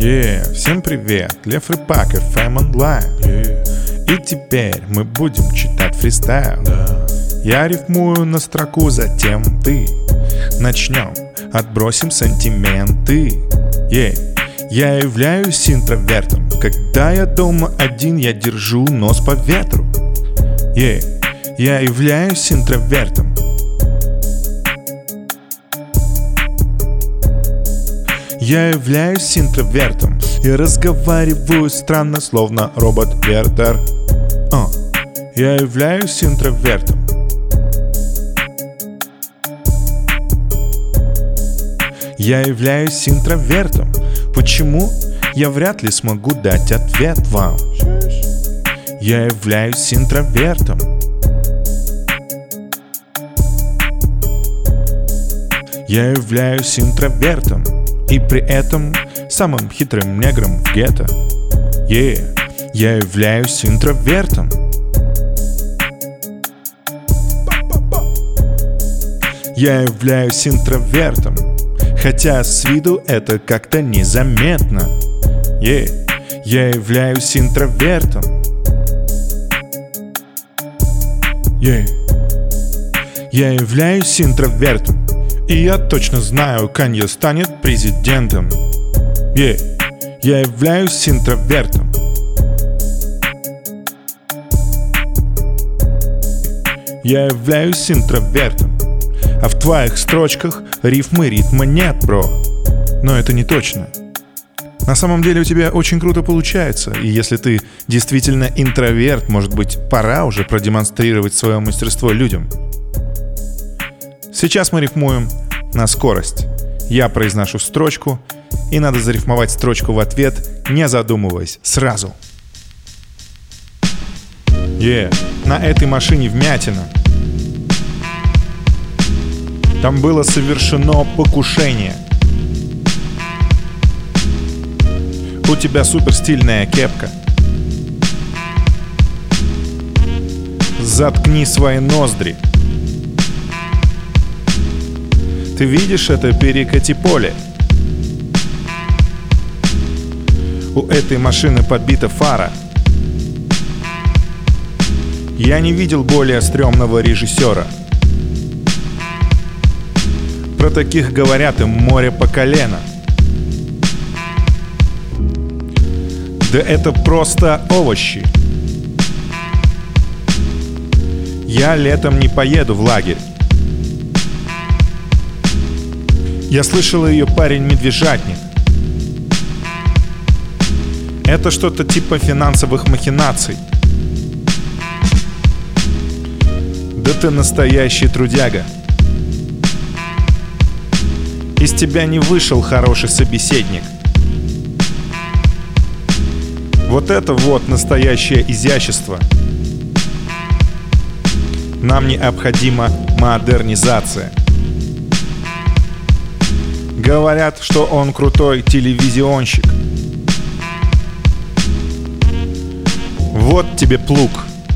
Всем привет, Лев Рыбак, FM онлайн. И теперь мы будем читать фристайл. Я рифмую на строку, затем ты. Начнем, отбросим сантименты. Я являюсь интровертом. Когда я дома один, я держу нос по ветру. Я являюсь интровертом. Я являюсь интровертом и разговариваю странно, словно робот Вертер. Я являюсь интровертом. Я являюсь интровертом. Почему? Я вряд ли смогу дать ответ вам. Я являюсь интровертом. Я являюсь интровертом. И при этом самым хитрым негром в гетто. Я являюсь интровертом. Я являюсь интровертом. Хотя с виду это как-то незаметно. Я являюсь интровертом. Я являюсь интровертом. И я точно знаю, Канье станет президентом. Я являюсь интровертом. Я являюсь интровертом. А в твоих строчках рифмы ритма нет, бро. Но это не точно. На самом деле у тебя очень круто получается. И если ты действительно интроверт, может быть, пора уже продемонстрировать свое мастерство людям. Сейчас мы рифмуем на скорость. Я произношу строчку, и надо зарифмовать строчку в ответ, не задумываясь, сразу. На этой машине вмятина. Там было совершено покушение. У тебя супер стильная кепка. Заткни свои ноздри. Ты видишь это перекати поле? У этой машины подбита фара. Я не видел более стрёмного режиссера. Про таких говорят им море по колено. Да это просто овощи. Я летом не поеду в лагерь. Я слышал ее парень-медвежатник. Это что-то типа финансовых махинаций. Да ты настоящий трудяга. Из тебя не вышел хороший собеседник. Вот это вот настоящее изящество. Нам необходима модернизация. Говорят, что он крутой телевизионщик. Вот тебе плуг.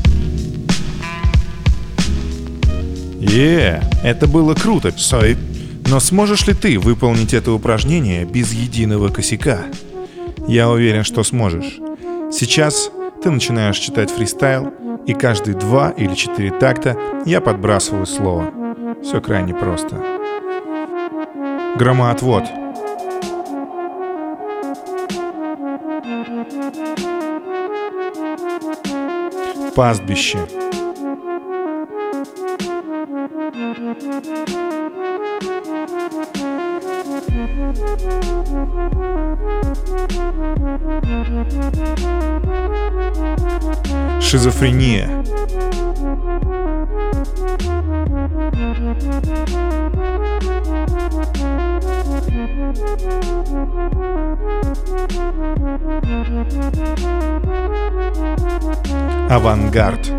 Это было круто, Сой. Но сможешь ли ты выполнить это упражнение без единого косяка? Я уверен, что сможешь. Сейчас ты начинаешь читать фристайл, и каждые 2 или 4 такта я подбрасываю слово. Все крайне просто. Громоотвод. Пастбище. Шизофрения. Авангард.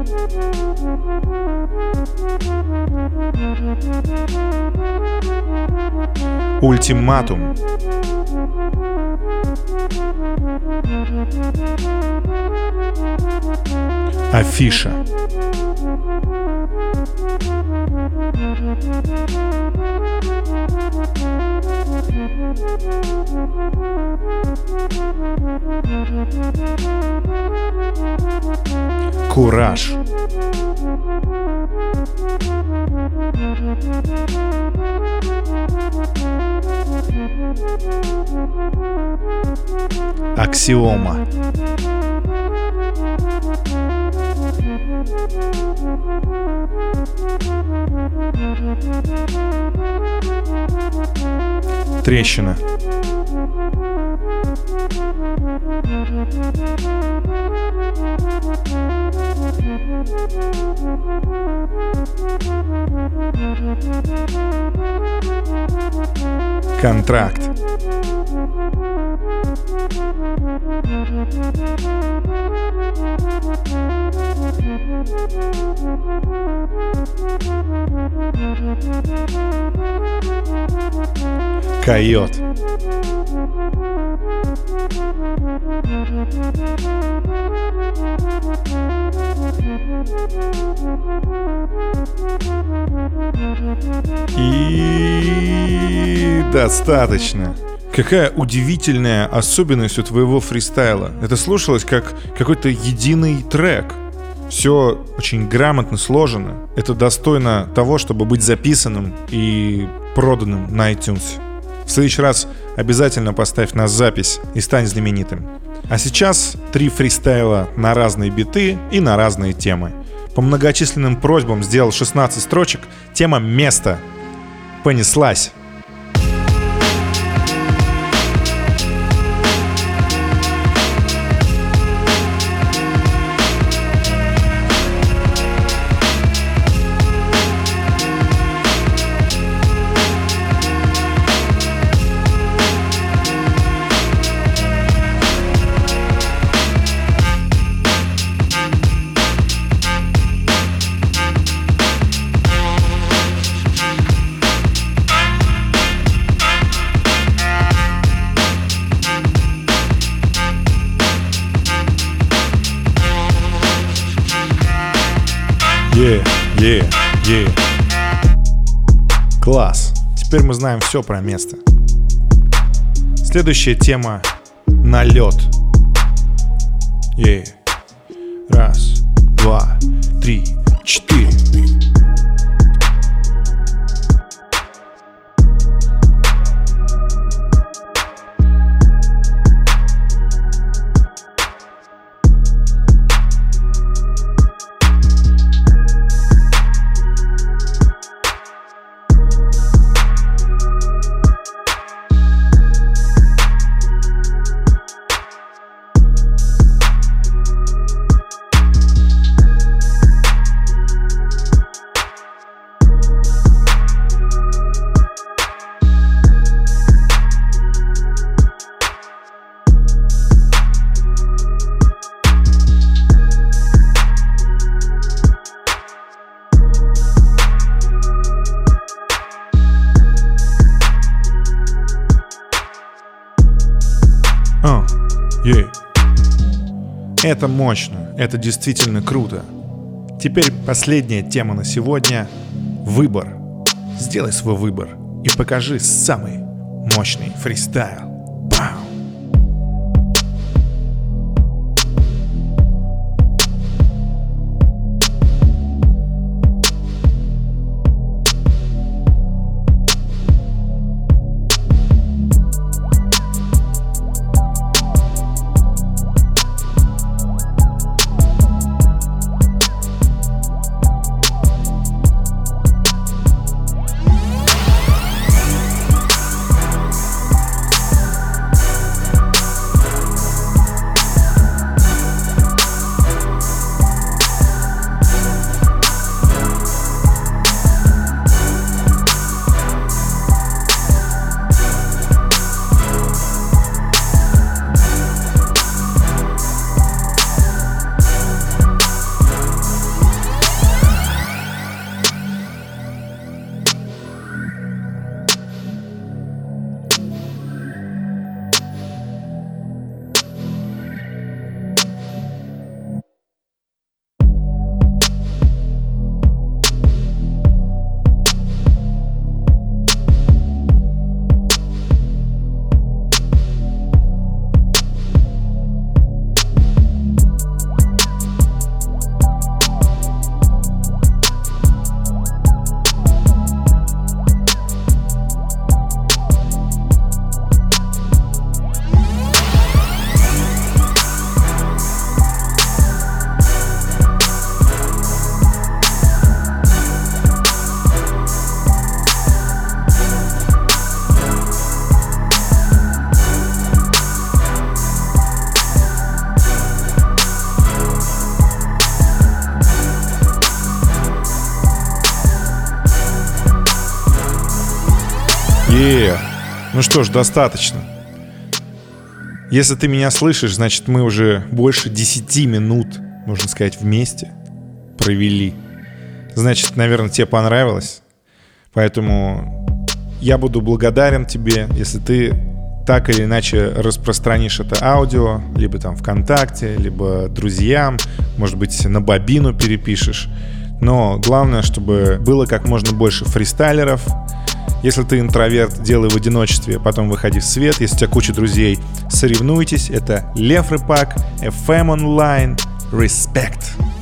Ультиматум. Афиша. Кураж. Аксиома. Трещина. Контракт. Койот. И достаточно. Какая удивительная особенность у твоего фристайла. Это слушалось как какой-то единый трек. Все очень грамотно сложено. Это достойно того, чтобы быть записанным и проданным на iTunes. В следующий раз обязательно поставь на запись и стань знаменитым. А сейчас 3 фристайла на разные биты и на разные темы. По многочисленным просьбам сделал 16 строчек. Тема «Место». Понеслась. Класс. Теперь мы знаем все про место. Следующая тема — налет. Раз, два, три, четыре. Это мощно, это действительно круто. Теперь последняя тема на сегодня — выбор. Сделай свой выбор и покажи самый мощный фристайл. Бам! Ну что ж, достаточно. Если ты меня слышишь, значит, мы уже больше 10 минут, можно сказать, вместе провели. Значит, наверное, тебе понравилось. Поэтому я буду благодарен тебе, если ты так или иначе распространишь это аудио, либо там ВКонтакте, либо друзьям, может быть, на бобину перепишешь. Но главное, чтобы было как можно больше фристайлеров. Если ты интроверт, делай в одиночестве, потом выходи в свет. Если у тебя куча друзей, соревнуйтесь. Это Лев Рыбак, FM Online. Respect.